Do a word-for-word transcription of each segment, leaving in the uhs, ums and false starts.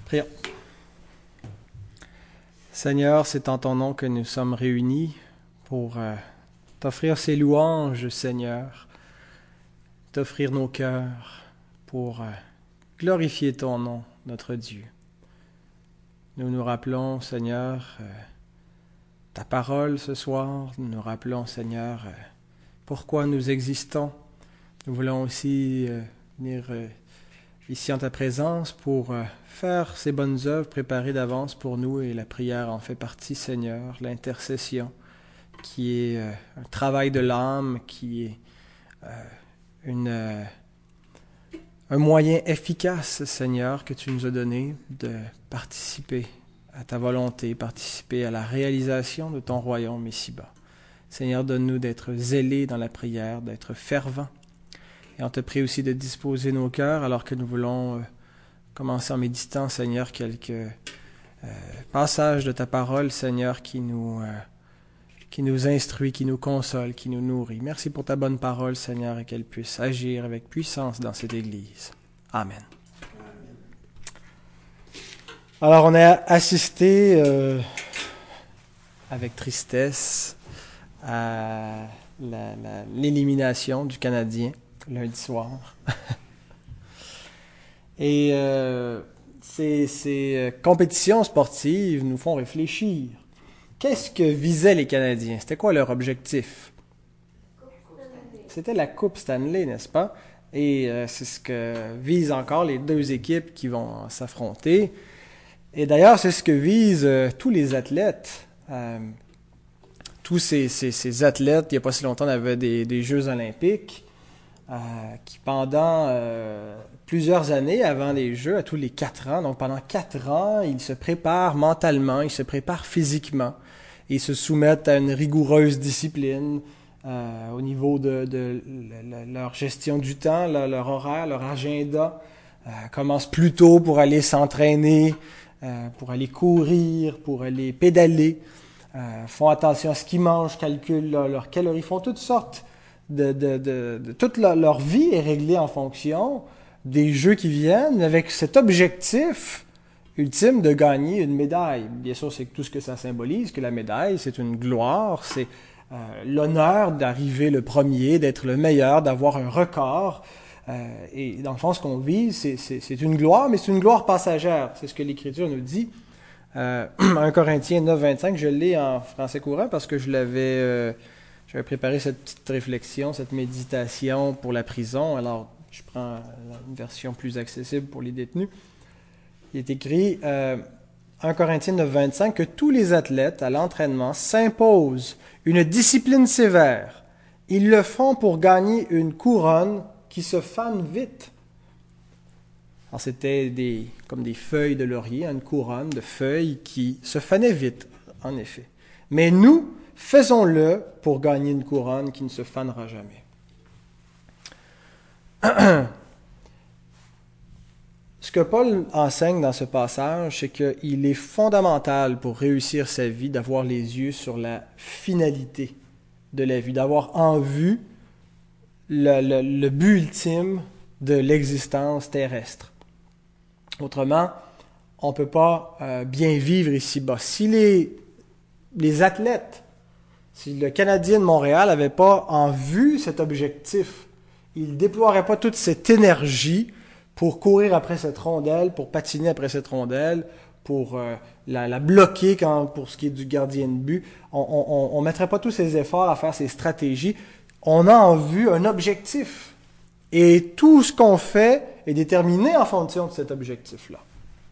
Prions. Seigneur, c'est en ton nom que nous sommes réunis pour euh, t'offrir ces louanges, Seigneur, t'offrir nos cœurs pour euh, glorifier ton nom, notre Dieu. Nous nous rappelons, Seigneur, euh, ta parole ce soir. Nous nous rappelons, Seigneur, euh, pourquoi nous existons. Nous voulons aussi euh, venir euh, ici en ta présence pour euh, faire ces bonnes œuvres préparées d'avance pour nous, et la prière en fait partie, Seigneur, l'intercession qui est euh, un travail de l'âme, qui est euh, une, euh, un moyen efficace, Seigneur, que tu nous as donné de participer à ta volonté, participer à la réalisation de ton royaume ici-bas. Seigneur, donne-nous d'être zélés dans la prière, d'être fervents. Et on te prie aussi de disposer nos cœurs alors que nous voulons euh, commencer en méditant, Seigneur, quelques euh, passages de ta parole, Seigneur, qui nous, euh, qui nous instruit, qui nous console, qui nous nourrit. Merci pour ta bonne parole, Seigneur, et qu'elle puisse agir avec puissance dans cette Église. Amen. Alors, on a assisté euh, avec tristesse à la, la, l'élimination du Canadien lundi soir. Et euh, ces, ces compétitions sportives nous font réfléchir. Qu'est-ce que visaient les Canadiens? C'était quoi leur objectif? C'était la Coupe Stanley, n'est-ce pas? Et euh, c'est ce que visent encore les deux équipes qui vont s'affronter. Et d'ailleurs, c'est ce que visent euh, tous les athlètes. Euh, tous ces, ces, ces athlètes, il n'y a pas si longtemps, on avait des, des Jeux olympiques. Euh, qui pendant euh, plusieurs années avant les Jeux, à tous les quatre ans, donc pendant quatre ans, ils se préparent mentalement, ils se préparent physiquement, et ils se soumettent à une rigoureuse discipline euh, au niveau de, de, de, de leur gestion du temps, leur, leur horaire, leur agenda. Euh, commencent plus tôt pour aller s'entraîner, euh, pour aller courir, pour aller pédaler, euh, font attention à ce qu'ils mangent, calculent leurs leur calories, font toutes sortes. De, de, de, de toute leur, leur vie est réglée en fonction des Jeux qui viennent, avec cet objectif ultime de gagner une médaille. Bien sûr, c'est tout ce que ça symbolise, que la médaille, c'est une gloire, c'est euh, l'honneur d'arriver le premier, d'être le meilleur, d'avoir un record. Euh, et dans le fond, ce qu'on vise, c'est, c'est, c'est une gloire, mais c'est une gloire passagère. C'est ce que l'Écriture nous dit. Euh, un Corinthiens neuf, vingt-cinq, je l'ai en français courant parce que je l'avais... Euh, J'avais préparé cette petite réflexion, cette méditation pour la prison. Alors, je prends une version plus accessible pour les détenus. Il est écrit, euh, un Corinthiens neuf, vingt-cinq, que tous les athlètes à l'entraînement s'imposent une discipline sévère. Ils le font pour gagner une couronne qui se fane vite. Alors, c'était des, comme des feuilles de laurier, une couronne de feuilles qui se fanait vite, en effet. Mais nous, faisons-le pour gagner une couronne qui ne se fanera jamais. Ce que Paul enseigne dans ce passage, c'est qu'il est fondamental pour réussir sa vie d'avoir les yeux sur la finalité de la vie, d'avoir en vue le, le, le but ultime de l'existence terrestre. Autrement, on ne peut pas euh, bien vivre ici-bas. Si les, les athlètes, si le Canadien de Montréal n'avait pas en vue cet objectif, il ne déploierait pas toute cette énergie pour courir après cette rondelle, pour patiner après cette rondelle, pour euh, la, la bloquer quand, pour ce qui est du gardien de but. On ne mettrait pas tous ces efforts à faire ces stratégies. On a en vue un objectif. Et tout ce qu'on fait est déterminé en fonction de cet objectif-là.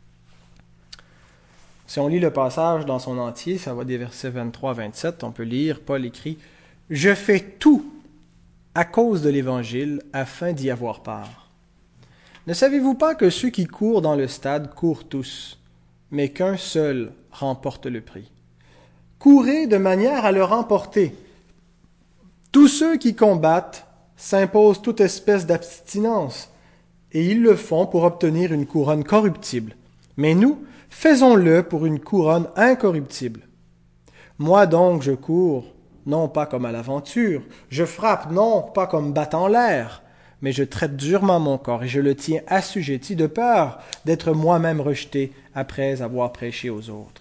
Si on lit le passage dans son entier, ça va des versets vingt-trois à vingt-sept, on peut lire, Paul écrit « Je fais tout à cause de l'Évangile afin d'y avoir part. Ne savez-vous pas que ceux qui courent dans le stade courent tous, mais qu'un seul remporte le prix? Courez de manière à le remporter. Tous ceux qui combattent s'imposent toute espèce d'abstinence, et ils le font pour obtenir une couronne corruptible. Mais nous, faisons-le pour une couronne incorruptible. Moi donc, je cours, non pas comme à l'aventure, je frappe, non pas comme battant l'air, mais je traite durement mon corps et je le tiens assujetti de peur d'être moi-même rejeté après avoir prêché aux autres.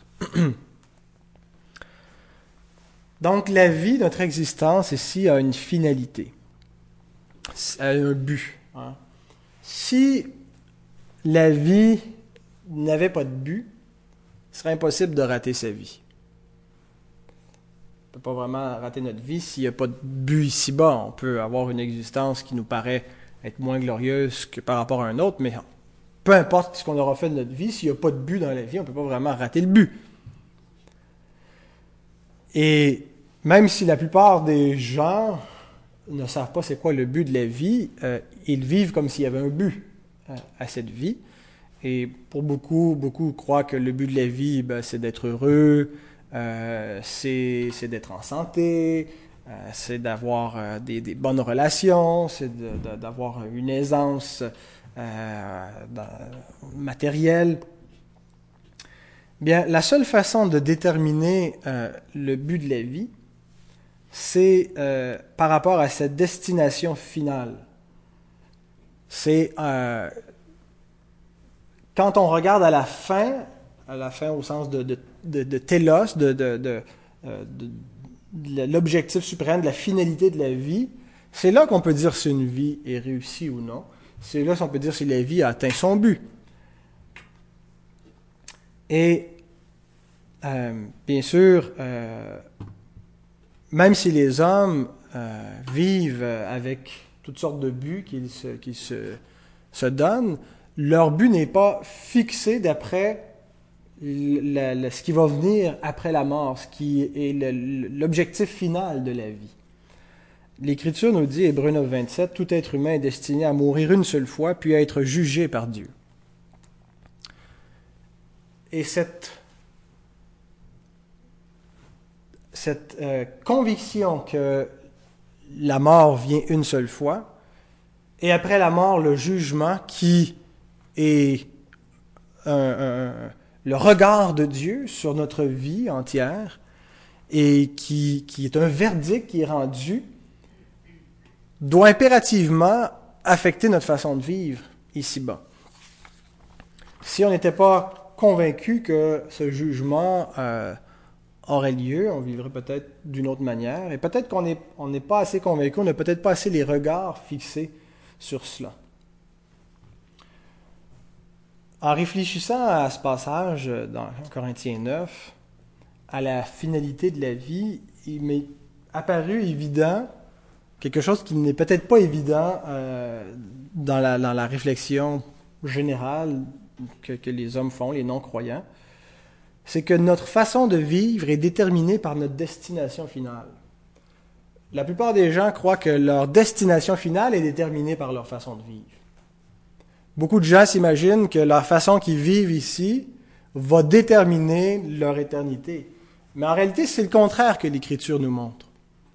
Donc la vie, notre existence ici a une finalité, a un but. Hein. Si la vie n'avait pas de but, il serait impossible de rater sa vie. On ne peut pas vraiment rater notre vie s'il n'y a pas de but ici-bas. On peut avoir une existence qui nous paraît être moins glorieuse que par rapport à un autre, mais peu importe ce qu'on aura fait de notre vie, s'il n'y a pas de but dans la vie, on ne peut pas vraiment rater le but. Et même si la plupart des gens ne savent pas c'est quoi le but de la vie, euh, ils vivent comme s'il y avait un but euh, à cette vie. Et pour beaucoup, beaucoup croient que le but de la vie, ben, c'est d'être heureux, euh, c'est, c'est d'être en santé, euh, c'est d'avoir euh, des, des bonnes relations, c'est de, de, d'avoir une aisance euh, matérielle. Bien, la seule façon de déterminer euh, le but de la vie, c'est euh, par rapport à sa destination finale. C'est euh, quand on regarde à la fin, à la fin au sens de, de, de, de télos, de, de, de, de, de l'objectif suprême, de la finalité de la vie, c'est là qu'on peut dire si une vie est réussie ou non. C'est là qu'on peut dire si la vie a atteint son but. Et euh, bien sûr, euh, même si les hommes euh, vivent avec toutes sortes de buts qu'ils se, qu'ils se, se donnent, leur but n'est pas fixé d'après le, le, ce qui va venir après la mort, ce qui est le, l'objectif final de la vie. L'Écriture nous dit, Hébreux neuf, vingt-sept, « Tout être humain est destiné à mourir une seule fois, puis à être jugé par Dieu. » Et cette, cette euh, conviction que la mort vient une seule fois, et après la mort, le jugement qui est un, un, le regard de Dieu sur notre vie entière, et qui, qui est un verdict qui est rendu, doit impérativement affecter notre façon de vivre ici-bas. Si on n'était pas convaincu que ce jugement euh, aurait lieu, on vivrait peut-être d'une autre manière, et peut-être qu'on n'est on n'est pas assez convaincu, on n'a peut-être pas assez les regards fixés sur cela. En réfléchissant à ce passage dans Corinthiens neuf, à la finalité de la vie, il m'est apparu évident, quelque chose qui n'est peut-être pas évident euh, dans, la, dans la réflexion générale que, que les hommes font, les non-croyants, c'est que notre façon de vivre est déterminée par notre destination finale. La plupart des gens croient que leur destination finale est déterminée par leur façon de vivre. Beaucoup de gens s'imaginent que la façon qu'ils vivent ici va déterminer leur éternité. Mais en réalité, c'est le contraire que l'Écriture nous montre.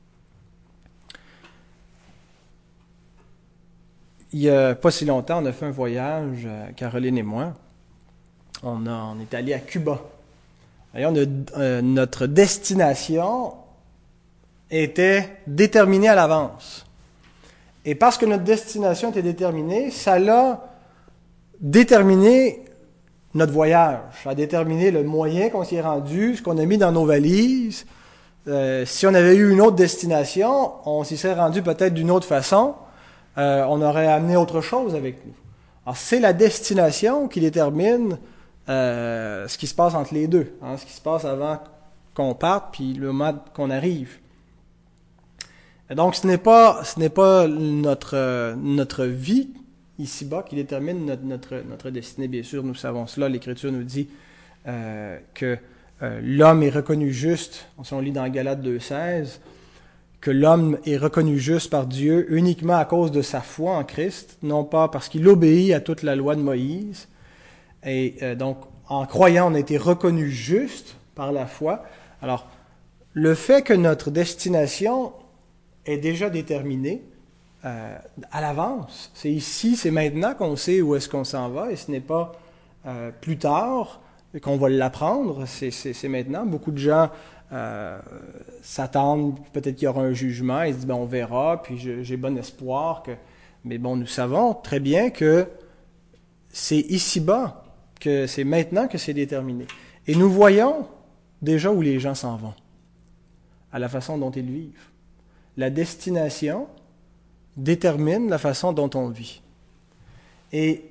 Il n'y a pas si longtemps, on a fait un voyage, Caroline et moi. On, a, on est allé à Cuba. Et on a, euh, notre destination était déterminée à l'avance. Et parce que notre destination était déterminée, ça l'a déterminé notre voyage. Ça a déterminé le moyen qu'on s'y est rendu, ce qu'on a mis dans nos valises. Euh, si on avait eu une autre destination, on s'y serait rendu peut-être d'une autre façon. Euh, on aurait amené autre chose avec nous. Alors, c'est la destination qui détermine euh, ce qui se passe entre les deux, hein, ce qui se passe avant qu'on parte, puis le moment qu'on arrive. Et donc, ce n'est pas, ce n'est pas notre, euh, notre vie ici-bas qui détermine notre, notre, notre destinée. Bien sûr, nous savons cela. L'Écriture nous dit euh, que euh, l'homme est reconnu juste, si on lit dans Galates deux seize, que l'homme est reconnu juste par Dieu uniquement à cause de sa foi en Christ, non pas parce qu'il obéit à toute la loi de Moïse. Et euh, donc, en croyant, on a été reconnu juste par la foi. Alors, le fait que notre destination est déjà déterminée euh, à l'avance, c'est ici, c'est maintenant qu'on sait où est-ce qu'on s'en va, et ce n'est pas euh, plus tard qu'on va l'apprendre, c'est, c'est, c'est maintenant. Beaucoup de gens euh, s'attendent, peut-être qu'il y aura un jugement, ils se disent ben, on verra, puis je, j'ai bon espoir que Mais bon, nous savons très bien que c'est ici-bas, que c'est maintenant que c'est déterminé. Et nous voyons déjà où les gens s'en vont, à la façon dont ils vivent. La destination détermine la façon dont on vit. Et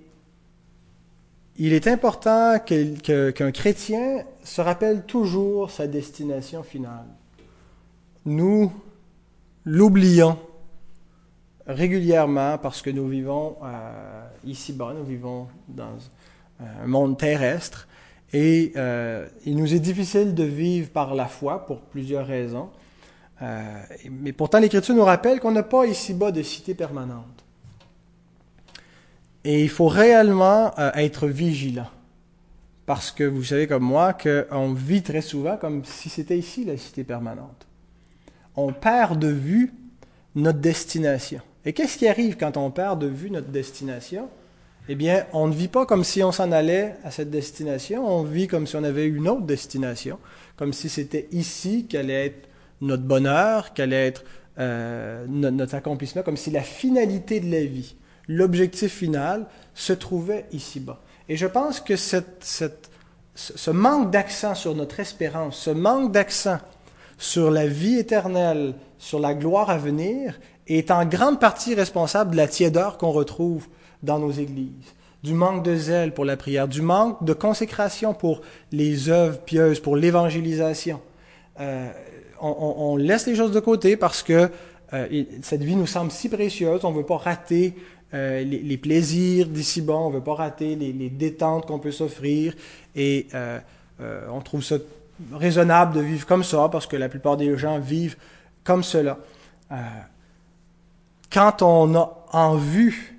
il est important que, que, qu'un chrétien se rappelle toujours sa destination finale. Nous l'oublions régulièrement parce que nous vivons euh, ici-bas, nous vivons dans un monde terrestre et euh, il nous est difficile de vivre par la foi pour plusieurs raisons. Euh, mais pourtant, l'Écriture nous rappelle qu'on n'a pas ici-bas de cité permanente. Et il faut réellement euh, être vigilant. Parce que vous savez comme moi qu'on vit très souvent comme si c'était ici la cité permanente. On perd de vue notre destination. Et qu'est-ce qui arrive quand on perd de vue notre destination? Eh bien, on ne vit pas comme si on s'en allait à cette destination, on vit comme si on avait une autre destination, comme si c'était ici qu'allait être notre bonheur, qu'allait être euh, notre, notre accomplissement, comme si la finalité de la vie, l'objectif final, se trouvait ici-bas. Et je pense que cette, cette, ce manque d'accent sur notre espérance, ce manque d'accent sur la vie éternelle, sur la gloire à venir, est en grande partie responsable de la tiédeur qu'on retrouve dans nos églises, du manque de zèle pour la prière, du manque de consécration pour les œuvres pieuses, pour l'évangélisation. Euh, on, on, on laisse les choses de côté parce que euh, cette vie nous semble si précieuse, on ne veut pas rater euh, les, les plaisirs d'ici-bas, on ne veut pas rater les, les détentes qu'on peut s'offrir, et euh, euh, on trouve ça raisonnable de vivre comme ça parce que la plupart des gens vivent comme cela. Euh, quand on a en vue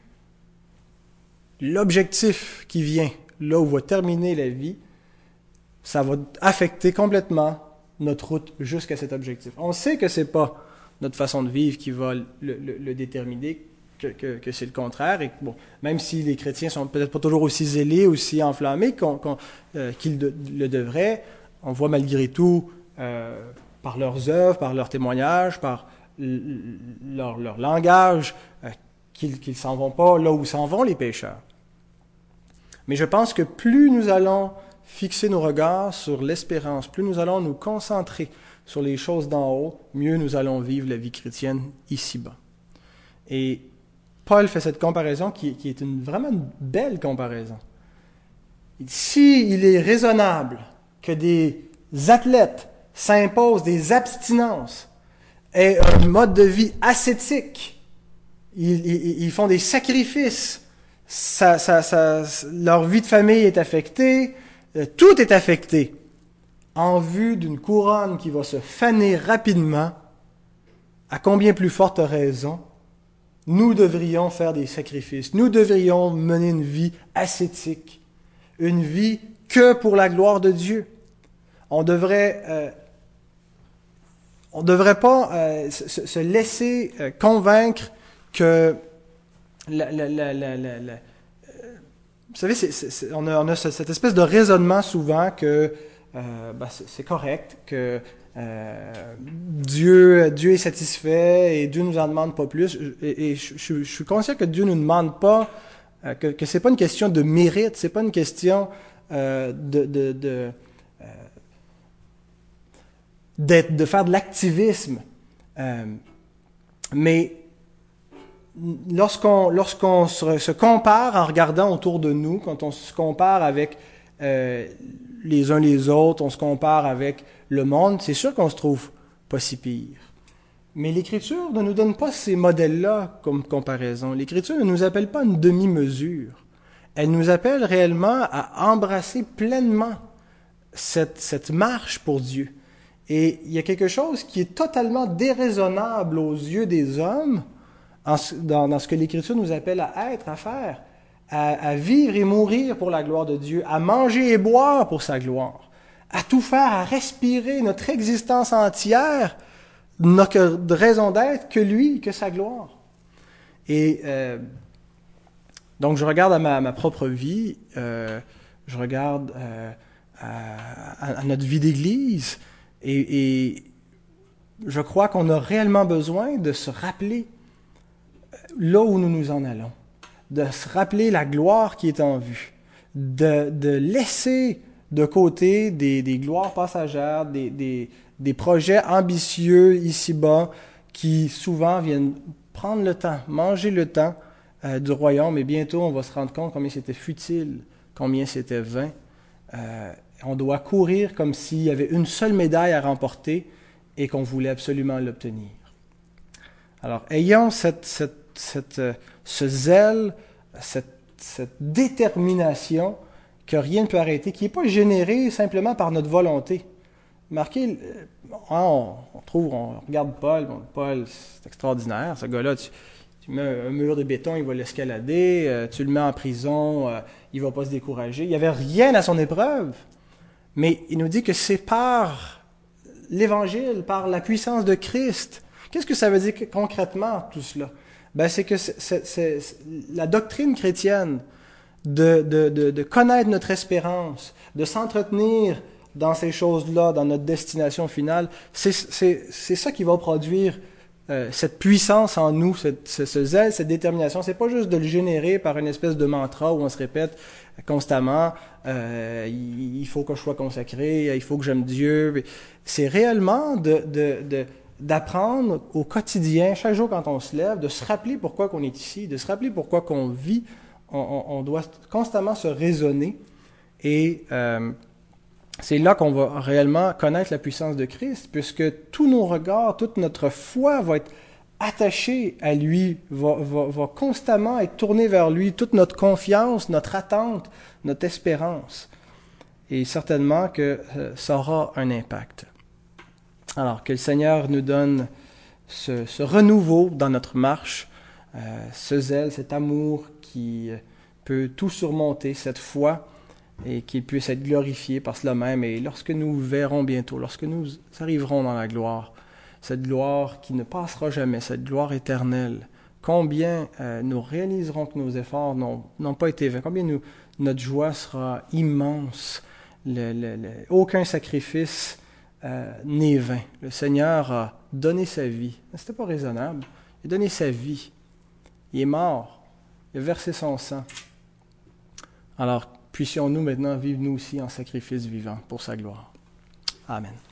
l'objectif qui vient, là où va terminer la vie, ça va affecter complètement notre route jusqu'à cet objectif. On sait que c'est pas notre façon de vivre qui va le, le, le déterminer, que, que, que c'est le contraire. Et bon, même si les chrétiens sont peut-être pas toujours aussi zélés, aussi enflammés qu'on, qu'on, euh, qu'ils de, le devraient, on voit malgré tout, euh, par leurs œuvres, par leurs témoignages, par leur, leur langage, euh, qu'ils ne s'en vont pas là où s'en vont les pécheurs. Mais je pense que plus nous allons fixer nos regards sur l'espérance, plus nous allons nous concentrer sur les choses d'en haut, mieux nous allons vivre la vie chrétienne ici-bas. Et Paul fait cette comparaison qui, qui est une, vraiment une belle comparaison. Si il est raisonnable que des athlètes s'imposent des abstinences et un mode de vie ascétique, ils, ils, ils font des sacrifices, ça, ça, ça, leur vie de famille est affectée, tout est affecté, en vue d'une couronne qui va se faner rapidement, à combien plus forte raison, nous devrions faire des sacrifices, nous devrions mener une vie ascétique, une vie que pour la gloire de Dieu. On devrait, euh, on devrait pas euh, se, se laisser euh, convaincre que la, la, la, la, la, la, euh, vous savez, c'est, c'est, on, a, on a cette espèce de raisonnement souvent que euh, ben c'est, c'est correct, que euh, Dieu, Dieu est satisfait et Dieu nous en demande pas plus. Et, et je, je, je suis conscient que Dieu nous demande pas, euh, que, que c'est pas une question de mérite, c'est pas une question euh, de, de, de d'être, de faire de l'activisme. Euh, mais lorsqu'on, lorsqu'on se, se compare en regardant autour de nous, quand on se compare avec euh, les uns les autres, on se compare avec le monde, c'est sûr qu'on se trouve pas si pire. Mais l'Écriture ne nous donne pas ces modèles-là comme comparaison. L'Écriture ne nous appelle pas à une demi-mesure. Elle nous appelle réellement à embrasser pleinement cette, cette marche pour Dieu. Et il y a quelque chose qui est totalement déraisonnable aux yeux des hommes en, dans, dans ce que l'Écriture nous appelle à être, à faire, à, à vivre et mourir pour la gloire de Dieu, à manger et boire pour sa gloire, à tout faire, à respirer notre existence entière, notre raison d'être que lui, que sa gloire. Et euh, donc je regarde à ma, ma propre vie, euh, je regarde euh, à, à notre vie d'Église, Et, et je crois qu'on a réellement besoin de se rappeler là où nous nous en allons, de se rappeler la gloire qui est en vue, de, de laisser de côté des, des gloires passagères, des, des, des projets ambitieux ici-bas qui souvent viennent prendre le temps, manger le temps euh, du royaume, et bientôt on va se rendre compte combien c'était futile, combien c'était vain. Euh, on doit courir comme s'il y avait une seule médaille à remporter et qu'on voulait absolument l'obtenir. Alors, ayons cette, cette, cette, euh, ce zèle, cette, cette détermination que rien ne peut arrêter, qui n'est pas généré simplement par notre volonté. Marquez, on, on trouve, on regarde Paul, bon, Paul, c'est extraordinaire, ce gars-là, tu, tu mets un mur de béton, il va l'escalader, euh, tu le mets en prison, euh, il ne va pas se décourager. Il n'y avait rien à son épreuve, mais il nous dit que c'est par l'Évangile, par la puissance de Christ. Qu'est-ce que ça veut dire concrètement, tout cela? Ben, c'est que c'est, c'est, c'est la doctrine chrétienne, De, de, de, de connaître notre espérance, de s'entretenir dans ces choses-là, dans notre destination finale, c'est, c'est, c'est ça qui va produire euh, cette puissance en nous, cette, ce, ce zèle, cette détermination. C'est pas juste de le générer par une espèce de mantra où on se répète constamment euh, il, il faut que je sois consacré, il faut que j'aime Dieu. C'est réellement de, de, de, d'apprendre au quotidien, chaque jour quand on se lève, de se rappeler pourquoi qu'on est ici, de se rappeler pourquoi qu'on vit. On, on doit constamment se raisonner et euh, c'est là qu'on va réellement connaître la puissance de Christ, puisque tous nos regards, toute notre foi va être attachée à lui, va, va, va constamment être tournée vers lui, toute notre confiance, notre attente, notre espérance. Et certainement que euh, ça aura un impact. Alors, que le Seigneur nous donne ce, ce renouveau dans notre marche, euh, ce zèle, cet amour qui peut tout surmonter, cette foi, et qu'il puisse être glorifié par cela même. Et lorsque nous verrons bientôt, lorsque nous arriverons dans la gloire, cette gloire qui ne passera jamais, cette gloire éternelle, combien euh, nous réaliserons que nos efforts n'ont, n'ont pas été vains, combien nous, notre joie sera immense, le, le, le, aucun sacrifice euh, n'est vain. Le Seigneur a donné sa vie. C'était pas raisonnable. Il a donné sa vie. Il est mort. Il a versé son sang. Alors, puissions-nous maintenant vivre nous aussi en sacrifice vivant pour sa gloire. Amen.